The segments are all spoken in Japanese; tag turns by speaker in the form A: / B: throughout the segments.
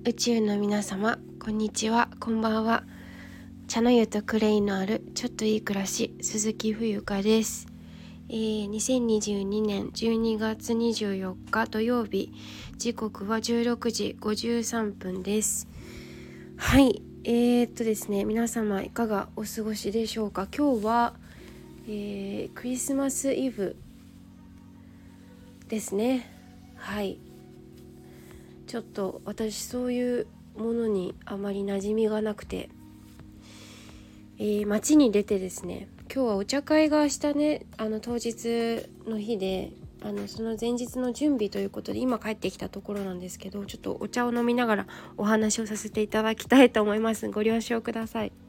A: 宇宙の皆様、こんにちは、こんばんは。茶の湯とクレイのあるちょっといい暮らし、鈴木冬香です。2022年12月24日土曜日、時刻は16時53分です。はい、ですね、皆様いかがお過ごしでしょうか。今日は、クリスマスイブですね。はい。ちょっと私そういうものにあまり馴染みがなくて、街に出てですね、今日はお茶会が明日ね、当日の日で、その前日の準備ということで今帰ってきたところなんですけど、ちょっとお茶を飲みながらお話をさせていただきたいと思います。ご了承ください。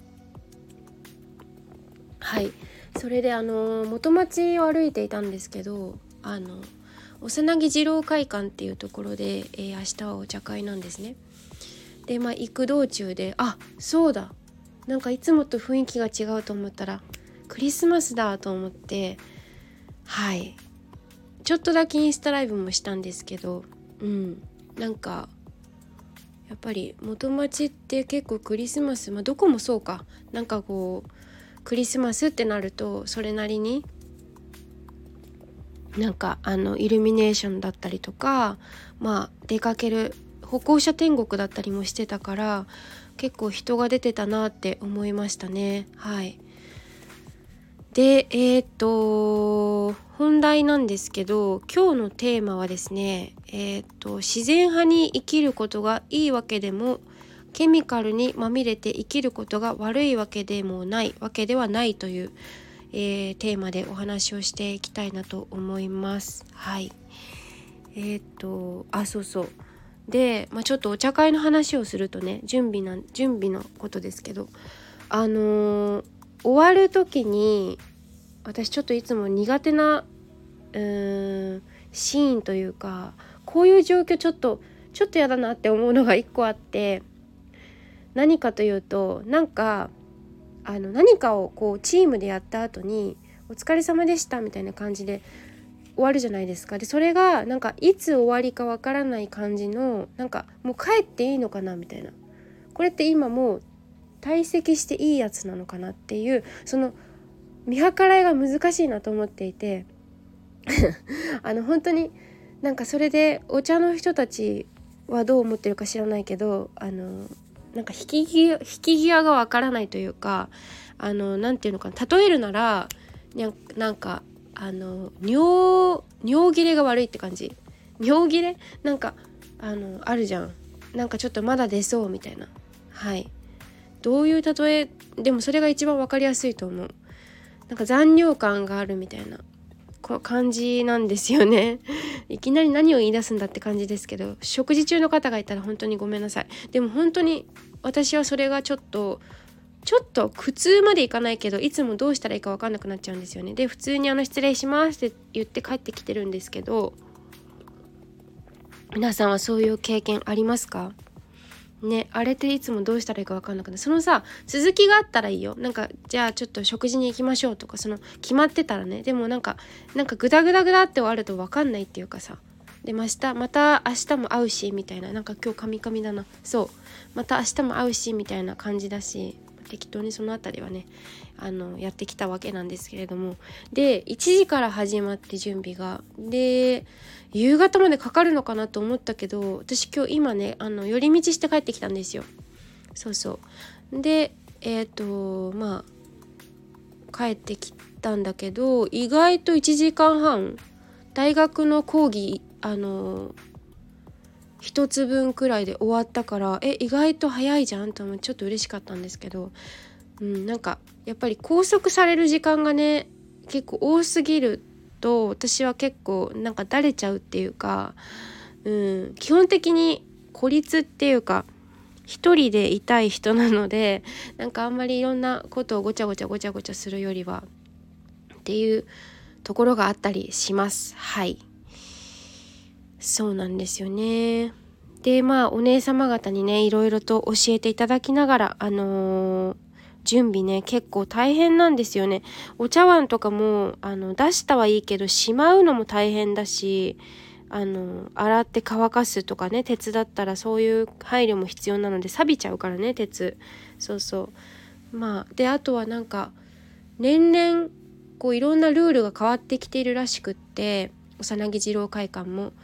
A: はい、それで元町を歩いていたんですけど、幼木二郎会館っていうところで、明日はお茶会なんですね。で行く道中でそうだ、なんかいつもと雰囲気が違うと思ったらクリスマスだと思って、はい、ちょっとだけインスタライブもしたんですけど、なんかやっぱり元町って結構クリスマス、どこもそうか、なんかこうクリスマスってなるとそれなりになんかイルミネーションだったりとか、出かける歩行者天国だったりもしてたから、結構人が出てたなって思いましたね。はい。で本題なんですけど、今日のテーマはですね、自然派に生きることがいいわけでも、ケミカルにまみれて生きることが悪いわけでもないわけではないという、テーマでお話をしていきたいなと思います。はい。そうそう。で、ちょっとお茶会の話をするとね、準備のことですけど、終わる時に私ちょっといつも苦手なシーンというか、こういう状況ちょっとやだなって思うのが一個あって、何かというと、何かをこうチームでやった後にお疲れ様でしたみたいな感じで終わるじゃないですか。でそれがなんかいつ終わりかわからない感じの、なんかもう帰っていいのかなみたいな、これって今もう退席していいやつなのかなっていう、その見計らいが難しいなと思っていて本当になんかそれでお茶の人たちはどう思ってるか知らないけど、なんか引き際がわからないというか、なんていうのかな、例えるならなんか尿切れが悪いって感じ。尿切れなんかあるじゃん、なんかちょっとまだ出そうみたいな。はい、どういう例えでもそれが一番わかりやすいと思う。なんか残尿感があるみたいな感じなんですよねいきなり何を言い出すんだって感じですけど、食事中の方がいたら本当にごめんなさい。でも本当に私はそれがちょっと苦痛までいかないけど、いつもどうしたらいいか分かんなくなっちゃうんですよね。で普通に失礼しますって言って帰ってきてるんですけど、皆さんはそういう経験ありますかね。あれっていつもどうしたらいいか分かんなくなる。その続きがあったらいいよ。なんかじゃあちょっと食事に行きましょうとか、その決まってたらね。でもなんかグダグダって終わると分かんないっていうかさ、でまた明日も会うしみたいな、なんか今日カミカミだな、そうまた明日も会うしみたいな感じだし、適当にそのあたりはねやってきたわけなんですけれども、で1時から始まって準備が、で夕方までかかるのかなと思ったけど、私今ね寄り道して帰ってきたんですよ。そうで帰ってきたんだけど、意外と1時間半大学の講義一つ分くらいで終わったから、意外と早いじゃんと思ってちょっと嬉しかったんですけど、なんかやっぱり拘束される時間がね結構多すぎると、私は結構なんかだれちゃうっていうか、基本的に孤立っていうか一人でいたい人なので、なんかあんまりいろんなことをごちゃごちゃするよりはっていうところがあったりします。はい、そうなんですよね。でお姉様方にねいろいろと教えていただきながら準備ね結構大変なんですよね。お茶碗とかも出したはいいけどしまうのも大変だし、 洗って乾かすとかね、鉄だったらそういう配慮も必要なので、錆びちゃうからね、鉄。そうそう。まあで、あとはなんか年々こういろんなルールが変わってきているらしくって、小佐木二郎会館も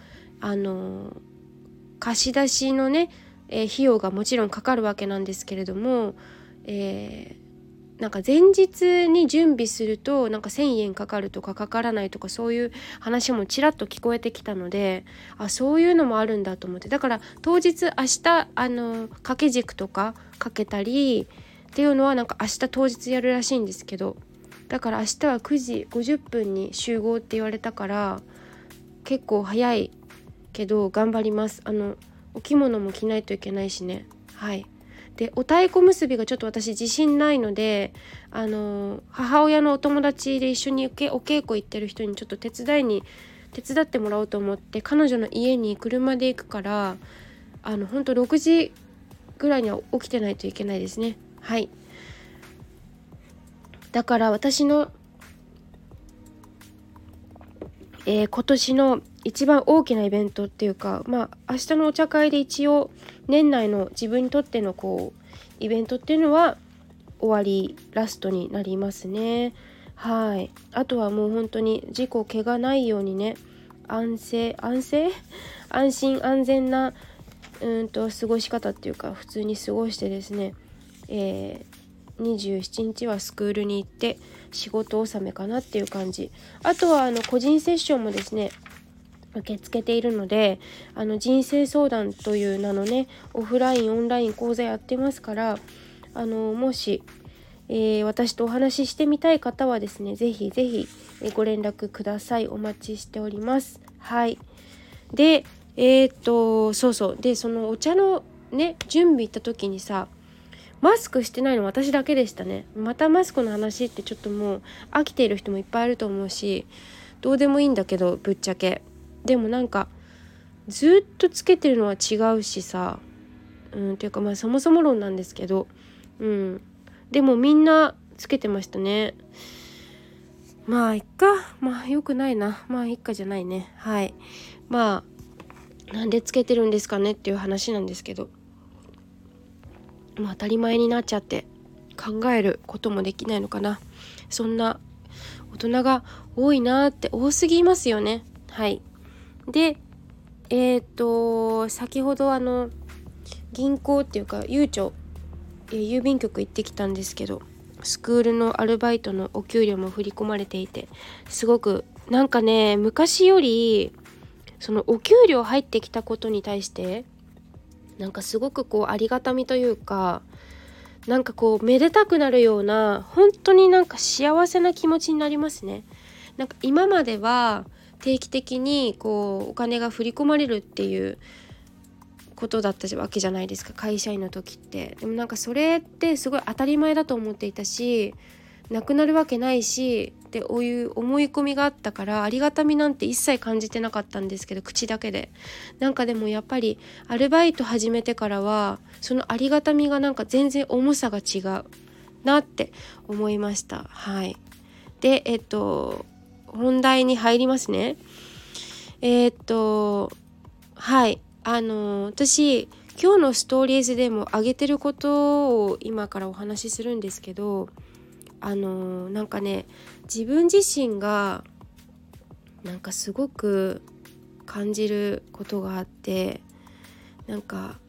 A: 貸し出しのね、費用がもちろんかかるわけなんですけれども、なんか前日に準備するとなんか1,000円かかるとかかからないとか、そういう話もちらっと聞こえてきたので、そういうのもあるんだと思って、だから当日明日掛け軸とかかけたりっていうのはなんか明日当日やるらしいんですけど、だから明日は9時50分に集合って言われたから、結構早いけど頑張ります。お着物も着ないといけないしね。はい。で、お太鼓結びがちょっと私自信ないので、母親のお友達で一緒にお稽古行ってる人にちょっと手伝ってもらおうと思って、彼女の家に車で行くから、ほんと6時ぐらいには起きてないといけないですね。はい。だから私の、今年の一番大きなイベントっていうか、明日のお茶会で一応年内の自分にとってのこうイベントっていうのは終わり、ラストになりますね。はい。あとはもう本当に事故怪我ないようにね、安心安全な過ごし方っていうか、普通に過ごしてですね、27日はスクールに行って仕事納めかなっていう感じ。あとは個人セッションもですね受け付けているので、人生相談という名のねオフラインオンライン講座やってますから、もし、私とお話ししてみたい方はですね、ぜひぜひご連絡ください。お待ちしております。はい。でそうで、そのお茶のね準備行った時にさ、マスクしてないの私だけでしたね。またマスクの話ってちょっともう飽きている人もいっぱいいると思うし、どうでもいいんだけどぶっちゃけ。でもなんかずっとつけてるのは違うしさ、っていうかそもそも論なんですけど、でもみんなつけてましたね。いっか、よくないな、いっかじゃないね。はい。なんでつけてるんですかねっていう話なんですけど、当たり前になっちゃって考えることもできないのかな。そんな大人が多いなって、多すぎますよね。はい。で先ほど銀行っていうか郵便局行ってきたんですけど、スクールのアルバイトのお給料も振り込まれていて、すごくなんかね、昔よりそのお給料入ってきたことに対してなんかすごくこうありがたみというか、なんかこうめでたくなるような、本当になんか幸せな気持ちになりますね。なんか今までは定期的にこうお金が振り込まれるっていうことだったわけじゃないですか、会社員の時って。でもなんかそれってすごい当たり前だと思っていたし、なくなるわけないしっていう思い込みがあったから、ありがたみなんて一切感じてなかったんですけど、口だけで。なんかでもやっぱりアルバイト始めてからはそのありがたみがなんか全然重さが違うなって思いました。はい。で本題に入りますね。はい。私今日のストーリーズでも上げてることを今からお話しするんですけど、なんかね、自分自身がなんかすごく感じることがあって、なんか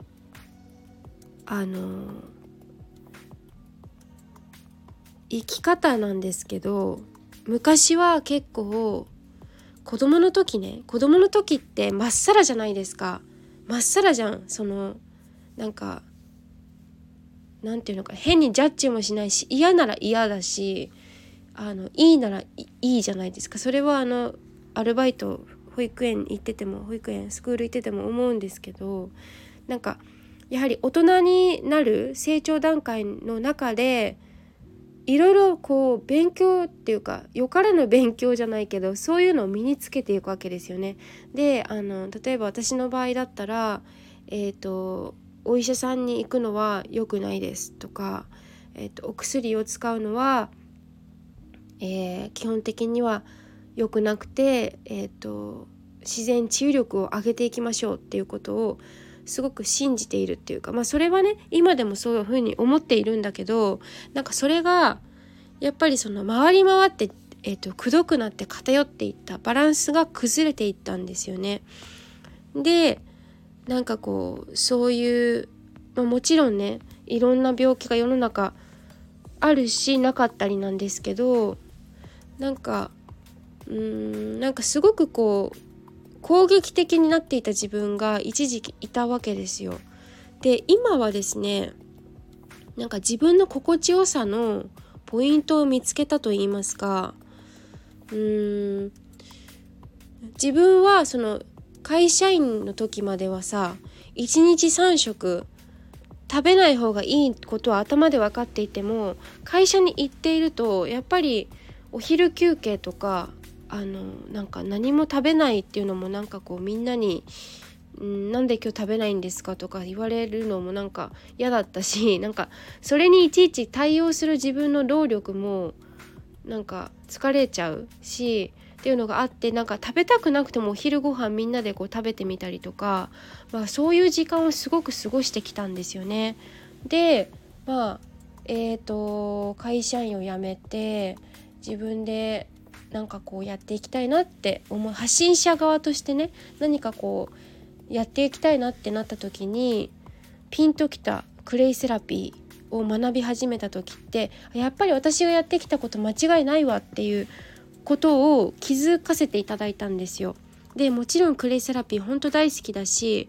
A: 生き方なんですけど、昔は結構子供の時ってまっさらじゃないですか。まっさらじゃん。なんかなんていうのか、変にジャッジもしないし、嫌なら嫌だし、いいならいいじゃないですか。それはアルバイトスクール行ってても思うんですけど、なんかやはり大人になる成長段階の中でいろいろこう勉強っていうか、よからぬ勉強じゃないけど、そういうのを身につけていくわけですよね。で例えば私の場合だったらお医者さんに行くのは良くないですとか、お薬を使うのは、基本的には良くなくて、 自然治癒力を上げていきましょうっていうことをすごく信じているっていうか、それはね今でもそういうふうに思っているんだけど、なんかそれがやっぱりその回り回って、くどくなって偏っていった、バランスが崩れていったんですよね。でなんかこうそういう、もちろんねいろんな病気が世の中あるしなかったりなんですけど、なんかすごくこう攻撃的になっていた自分が一時期いたわけですよ。で今はですね、なんか自分の心地よさのポイントを見つけたと言いますか、自分はその会社員の時まではさ、1日3食食べない方がいいことは頭で分かっていても、会社に行っているとやっぱりお昼休憩とかなんか何も食べないっていうのもなんかこうみんなになんで今日食べないんですかとか言われるのもなんか嫌だったし、なんかそれにいちいち対応する自分の労力もなんか疲れちゃうしっていうのがあって、なんか食べたくなくてもお昼ご飯みんなでこう食べてみたりとか、そういう時間をすごく過ごしてきたんですよね。で会社員を辞めて自分でなんかこうやっていきたいなって思う、発信者側としてね何かこうやっていきたいなってなった時にピンときたクレイセラピーを学び始めた時って、やっぱり私がやってきたこと間違いないわっていうことを気づかせていただいたんですよ。でもちろんクレイセラピー本当大好きだし、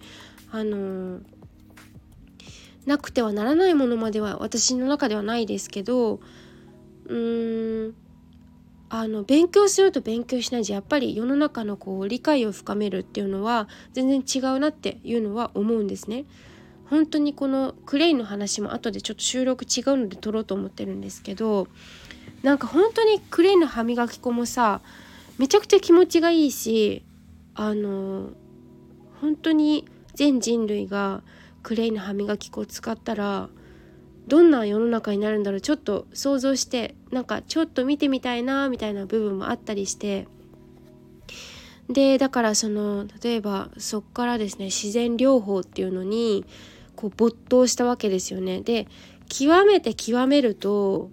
A: なくてはならないものまでは私の中ではないですけど、勉強すると勉強しないじゃやっぱり世の中のこう理解を深めるっていうのは全然違うなっていうのは思うんですね。本当にこのクレイの話も後でちょっと収録違うので撮ろうと思ってるんですけど、なんか本当にクレイの歯磨き粉もさめちゃくちゃ気持ちがいいし、本当に全人類がクレイの歯磨き粉を使ったらどんな世の中になるんだろう、ちょっと想像してなんかちょっと見てみたいなみたいな部分もあったりして、でだからその例えばそっからですね自然療法っていうのにこう没頭したわけですよね。で極めると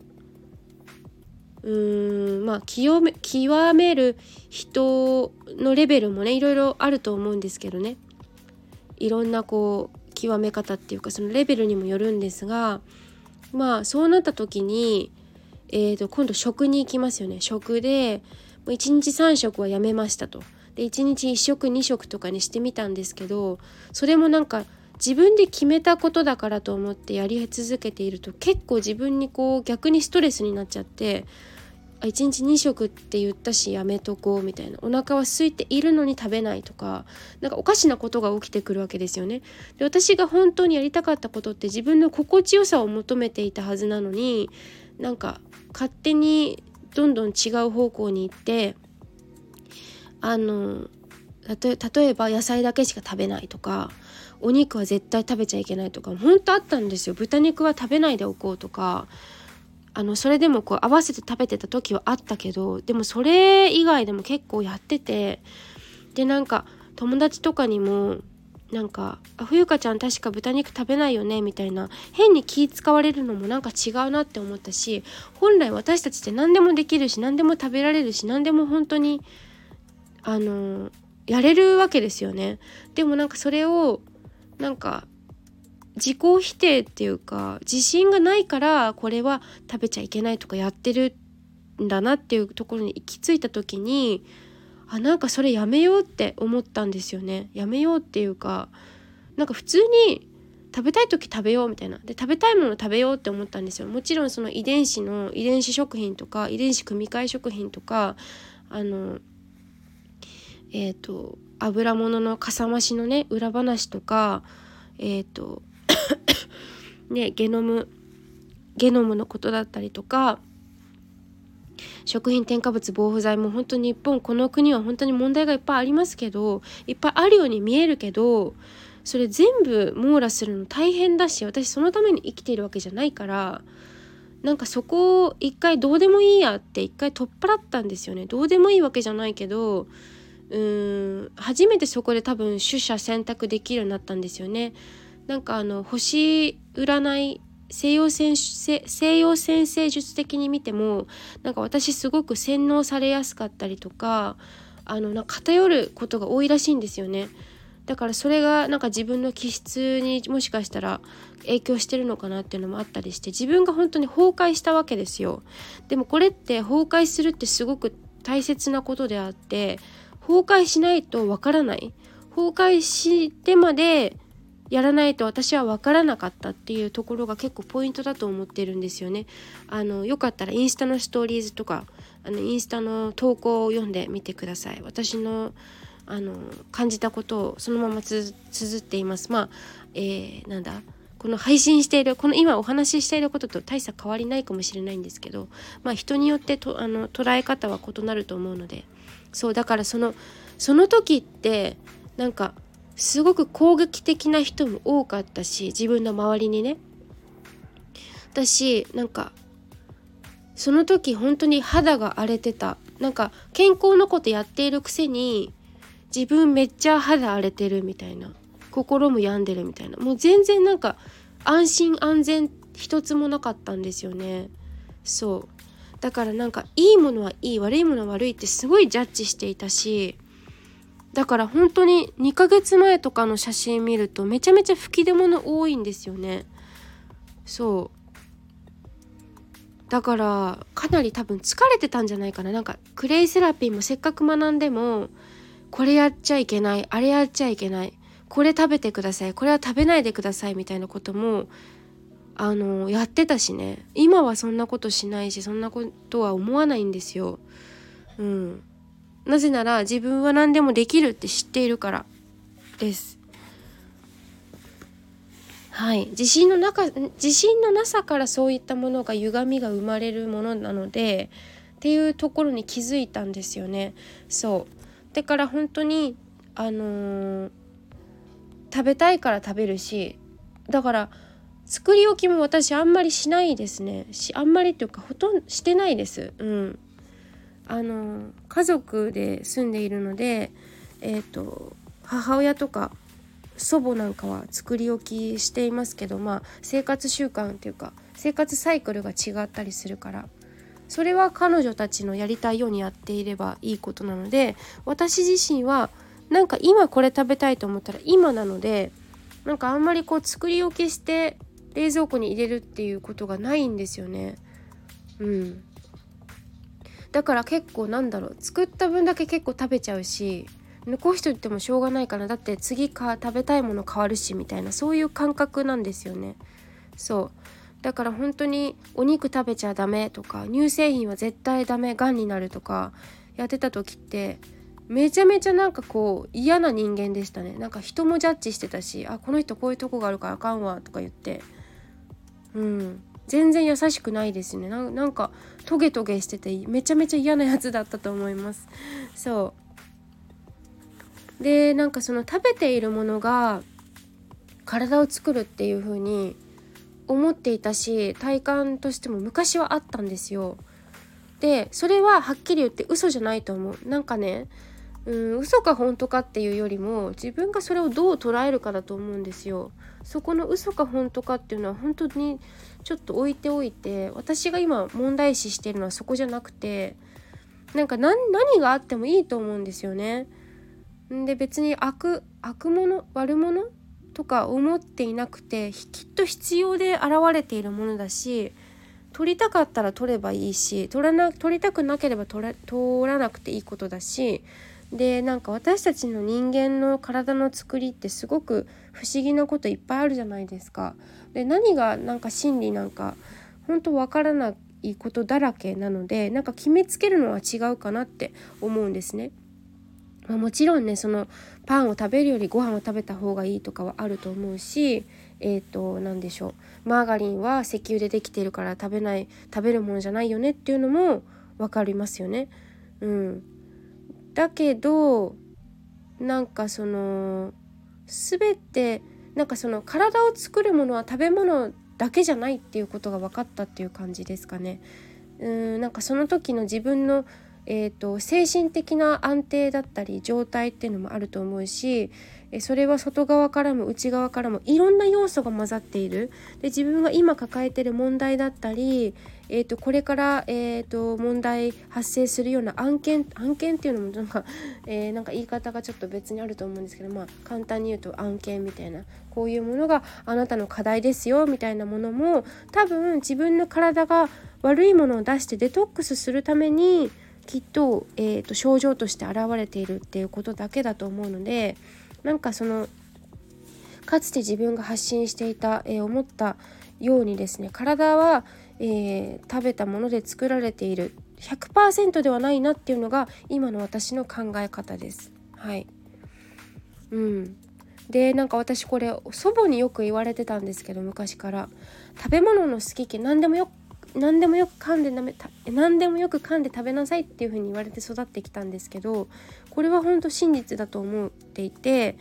A: 極める人のレベルもねいろいろあると思うんですけどね、いろんなこう極め方っていうかそのレベルにもよるんですが、そうなった時に、今度食に行きますよね。食でもう1日3食はやめましたと。で1日1食2食とかにしてみたんですけど、それもなんか自分で決めたことだからと思ってやり続けていると結構自分にこう逆にストレスになっちゃって、1日2食って言ったしやめとこうみたいな、お腹は空いているのに食べないとか、なんかおかしなことが起きてくるわけですよね。で私が本当にやりたかったことって自分の心地よさを求めていたはずなのに、なんか勝手にどんどん違う方向に行って、例えば野菜だけしか食べないとか、お肉は絶対食べちゃいけないとか本当あったんですよ。豚肉は食べないでおこうとか、それでもこう合わせて食べてた時はあったけど、でもそれ以外でも結構やってて、でなんか友達とかにもなんか冬香ちゃん確か豚肉食べないよねみたいな変に気使われるのもなんか違うなって思ったし、本来私たちって何でもできるし何でも食べられるし何でも本当にやれるわけですよね。でもなんかそれをなんか自己否定っていうか自信がないからこれは食べちゃいけないとかやってるんだなっていうところに行き着いた時に、なんかそれやめようって思ったんですよね。やめようっていうか、なんか普通に食べたい時食べようみたいな、で食べたいもの食べようって思ったんですよ。もちろんその遺伝子食品とか遺伝子組み換え食品とか油物のかさ増しのね裏話とかゲノムのことだったりとか、食品添加物防腐剤も本当にこの国は本当に問題がいっぱいありますけど、いっぱいあるように見えるけど、それ全部網羅するの大変だし、私そのために生きているわけじゃないから、なんかそこを一回どうでもいいやって一回取っ払ったんですよね。どうでもいいわけじゃないけど初めてそこで多分取捨選択できるようになったんですよね。なんか星占い西洋占星術的に見てもなんか私すごく洗脳されやすかったりとかなんか偏ることが多いらしいんですよね。だからそれがなんか自分の気質にもしかしたら影響してるのかなっていうのもあったりして自分が本当に崩壊したわけですよ。でもこれって崩壊するってすごく大切なことであって崩壊しないとわからない。崩壊してまでやらないと私は分からなかったっていうところが結構ポイントだと思ってるんですよね。よかったらインスタのストーリーズとかインスタの投稿を読んでみてください。私の感じたことをそのまま綴っています。この配信しているこの今お話ししていることと大差変わりないかもしれないんですけど、人によって捉え方は異なると思うので、そうだからその時ってなんかすごく攻撃的な人も多かったし自分の周りにね。私なんかその時本当に肌が荒れてた。なんか健康のことやっているくせに自分めっちゃ肌荒れてるみたいな、心も病んでるみたいな、もう全然なんか安心安全一つもなかったんですよね。そうだからなんかいいものはいい悪いものは悪いってすごいジャッジしていたし、だから本当に2ヶ月前とかの写真見るとめちゃめちゃ吹き出物多いんですよね。そうだからかなり多分疲れてたんじゃないかな。なんかクレイセラピーもせっかく学んでもこれやっちゃいけないあれやっちゃいけない、これ食べてくださいこれは食べないでくださいみたいなこともやってたしね。今はそんなことしないしそんなことは思わないんですよ。なぜなら自分は何でもできるって知っているからです。はい、自信のなさからそういったものが歪みが生まれるものなのでっていうところに気づいたんですよね。そうだから本当に食べたいから食べるし、だから作り置きも私あんまりしないですね。あんまりというかほとんどしてないです。家族で住んでいるので母親とか祖母なんかは作り置きしていますけど、生活習慣っていうか生活サイクルが違ったりするからそれは彼女たちのやりたいようにやっていればいいことなので、私自身はなんか今これ食べたいと思ったら今なので、なんかあんまりこう作り置きして冷蔵庫に入れるっていうことがないんですよね。だから結構作った分だけ結構食べちゃうし残しといてもしょうがないかな、だって次食べたいもの変わるしみたいな、そういう感覚なんですよね。そうだから本当にお肉食べちゃダメとか乳製品は絶対ダメがんになるとかやってた時ってめちゃめちゃなんかこう嫌な人間でしたね。なんか人もジャッジしてたし、この人こういうとこがあるからあかんわとか言って全然優しくないですね。なんかトゲトゲしててめちゃめちゃ嫌なやつだったと思います。そうでなんかその食べているものが体を作るっていう風に思っていたし体感としても昔はあったんですよ。でそれははっきり言って嘘じゃないと思う。なんかね嘘か本当かっていうよりも自分がそれをどう捉えるかだと思うんですよ。そこの嘘か本当かっていうのは本当にちょっと置いておいて、私が今問題視しているのはそこじゃなくて、なんか何があってもいいと思うんですよね。で別に悪者悪者とか思っていなくてきっと必要で現れているものだし、取りたかったら取ればいいし取りたくなければ取らなくていいことだし、でなんか私たちの人間の体の作りってすごく不思議なこといっぱいあるじゃないですか。で何がなんか真理なんか本当わからないことだらけなので、なんか決めつけるのは違うかなって思うんですね。もちろんねそのパンを食べるよりご飯を食べた方がいいとかはあると思うし、なんでしょう、マーガリンは石油でできているから食べるものじゃないよねっていうのも分かりますよね。だけどなんかその全てなんかその体を作るものは食べ物だけじゃないっていうことが分かったっていう感じですかね。なんかその時の自分の精神的な安定だったり状態っていうのもあると思うし、それは外側からも内側からもいろんな要素が混ざっている。で自分が今抱えている問題だったり、これから、問題発生するような案件っていうのもなんか言い方がちょっと別にあると思うんですけど、簡単に言うと案件みたいな、こういうものがあなたの課題ですよみたいなものも、多分自分の体が悪いものを出してデトックスするためにきっと、症状として現れているっていうことだけだと思うので、なんかそのかつて自分が発信していた、思ったようにですね、体は、食べたもので作られている 100% ではないなっていうのが今の私の考え方です。はい。でなんか私これ祖母によく言われてたんですけど、昔から食べ物の好き嫌い何でもよく噛んで食べなさいっていう風に言われて育ってきたんですけど、これは本当真実だと思っていて、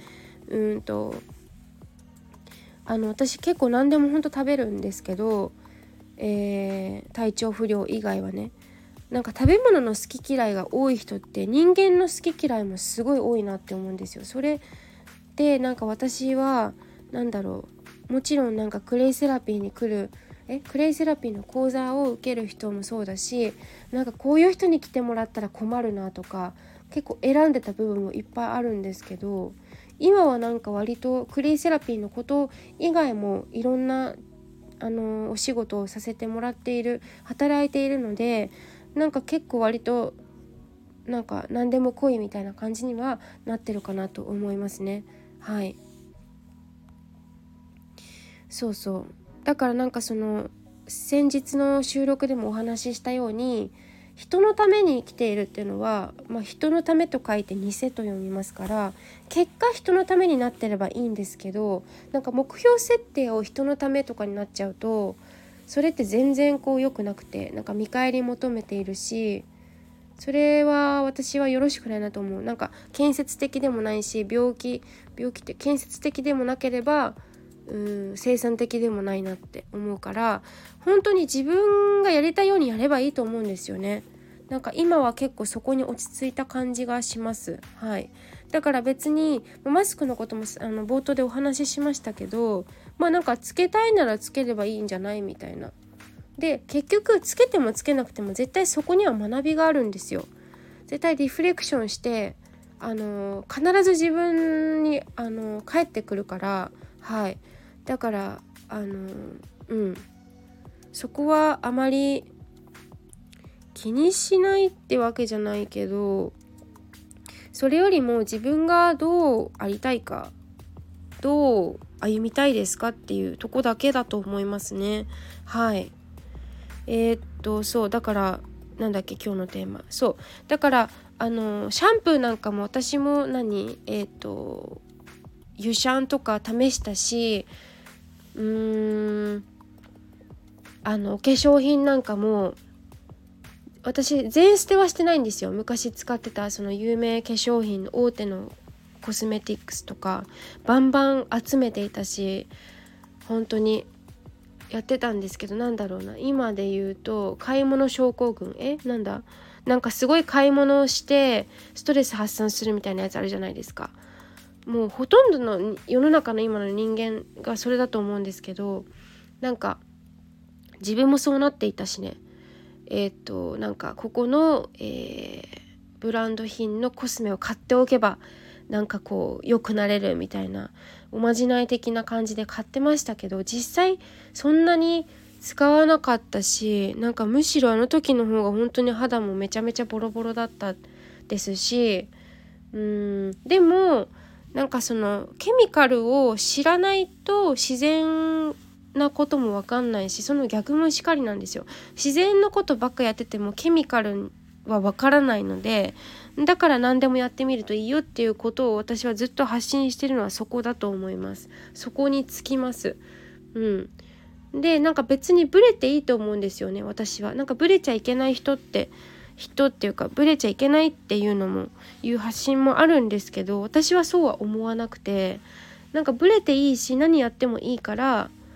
A: 私結構何でも本当食べるんですけど、体調不良以外はね、なんか食べ物の好き嫌いが多い人って人間の好き嫌いもすごい多いなって思うんですよ。それでなんか私はもちろんなんかクレイセラピーの講座を受ける人もそうだし、なんかこういう人に来てもらったら困るなとか結構選んでた部分もいっぱいあるんですけど、今はなんか割とクレイセラピーのこと以外もいろんなお仕事をさせてもらっている、働いているので、なんか結構割となんか何でも来いみたいな感じにはなってるかなと思いますね。はい。そうだからなんかその先日の収録でもお話ししたように、人のために生きているっていうのは、人のためと書いて偽と読みますから、結果人のためになってればいいんですけど、なんか目標設定を人のためとかになっちゃうと、それって全然良くなくて、なんか見返り求めているし、それは私はよろしくないなと思う。なんか建設的でもないし、病気って建設的でもなければ生産的でもないなって思うから、本当に自分がやりたいようにやればいいと思うんですよね。なんか今は結構そこに落ち着いた感じがします。はい。だから別にマスクのことも冒頭でお話ししましたけど、なんかつけたいならつければいいんじゃないみたいな。で結局つけてもつけなくても絶対そこには学びがあるんですよ。絶対リフレクションして必ず自分に返ってくるから。はい。だからそこはあまり気にしないってわけじゃないけど、それよりも自分がどうありたいか、どう歩みたいですかっていうとこだけだと思いますね。はい。そうだから今日のテーマ、そうだからシャンプーなんかも私も湯シャンとか試したし、お化粧品なんかも私全捨てはしてないんですよ。昔使ってたその有名化粧品の大手のコスメティックスとかバンバン集めていたし、本当にやってたんですけど、今で言うと買い物症候群なんかすごい買い物をしてストレス発散するみたいなやつあるじゃないですか。もうほとんどの世の中の今の人間がそれだと思うんですけど、なんか自分もそうなっていたしね。なんかここの、ブランド品のコスメを買っておけばなんか良くなれるみたいなおまじない的な感じで買ってましたけど、実際そんなに使わなかったし、なんかむしろあの時の方が本当に肌もめちゃめちゃボロボロだったですし、でもなんかそのケミカルを知らないと自然なことも分かんないし、その逆もしかりなんですよ。自然のことばっかやっててもケミカルは分からないので、だから何でもやってみるといいよっていうことを私はずっと発信してるのはそこだと思います。そこにつきます。でなんか別にブレていいと思うんですよね。私はなんかブレちゃいけない人っていうかブレちゃいけないっていうのもいう発信もあるんですけど、私はそうは思わなくて、なんかブレていいし何やってもいいから、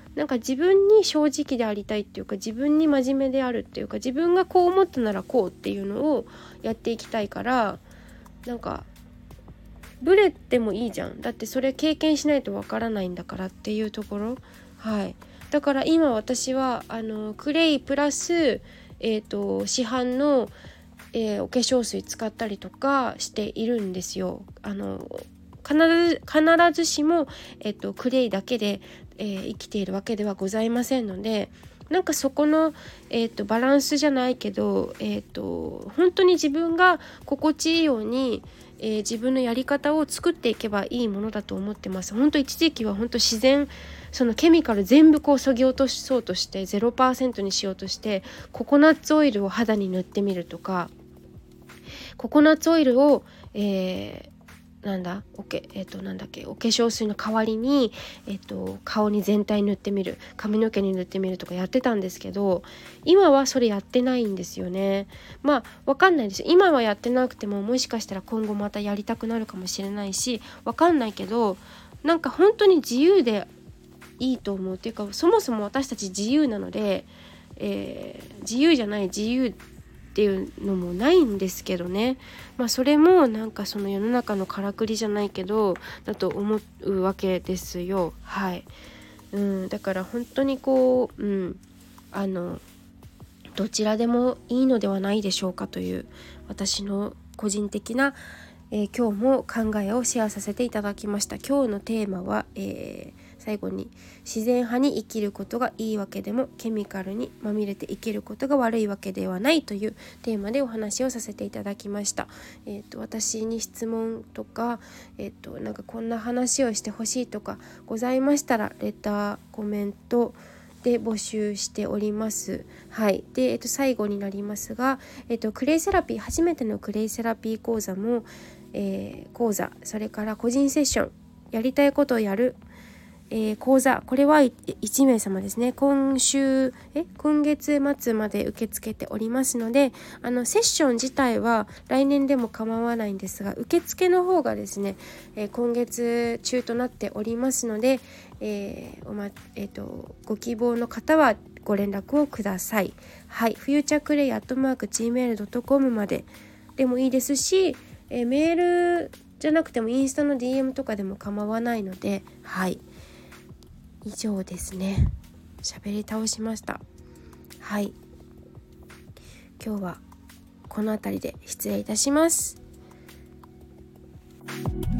A: なんか自分に正直でありたいっていうか、自分に真面目であるっていうか、自分がこう思ったならこうっていうのをやっていきたいから、なんかブレてもいいじゃん、だってそれ経験しないとわからないんだからっていうところ。はい、だから今私はクレイプラス、市販の、お化粧水使ったりとかしているんですよ。必ずしも、クレイだけで、生きているわけではございませんので、なんかそこの、バランスじゃないけど、本当に自分が心地いいように、自分のやり方を作っていけばいいものだと思ってます。本当一時期は本当自然、そのケミカル全部こう削ぎ落とそうとして 0% にしようとして、ココナッツオイルを肌に塗ってみるとか、ココナッツオイルを、なんだっけお化粧水の代わりに、顔に全体塗ってみる、髪の毛に塗ってみるとかやってたんですけど、今はそれやってないんですよね。まあわかんないです。今はやってなくてももしかしたら今後またやりたくなるかもしれないし、わかんないけど、なんか本当に自由でいいと思うっていうか、そもそも私たち自由なので、自由じゃない自由っていうのもないんですけどね。まあそれもなんかその世の中のからくりじゃないけどだと思うわけですよ。はい、だから本当にこう、どちらでもいいのではないでしょうかという私の個人的な、今日も考えをシェアさせていただきました。今日のテーマは、最後に自然派に生きることがいいわけでもケミカルにまみれて生きることが悪いわけではないというテーマでお話をさせていただきました。私に質問とか、なんかこんな話をしてほしいとかございましたらレターコメントで募集しております。はい。で、最後になりますが、クレイセラピー、初めてのクレイセラピー講座も、講座、それから個人セッション、やりたいことをやる、講座、これは1名様ですね。今月末まで受け付けておりますので、セッション自体は来年でも構わないんですが、受付の方がですね、今月中となっておりますので、ご希望の方はご連絡をください。はい、futureclay@gmail.com まででもいいですし、メールじゃなくてもインスタの DM とかでも構わないので、はい。以上ですね。喋り倒しました。はい。今日はこの辺りで失礼いたします。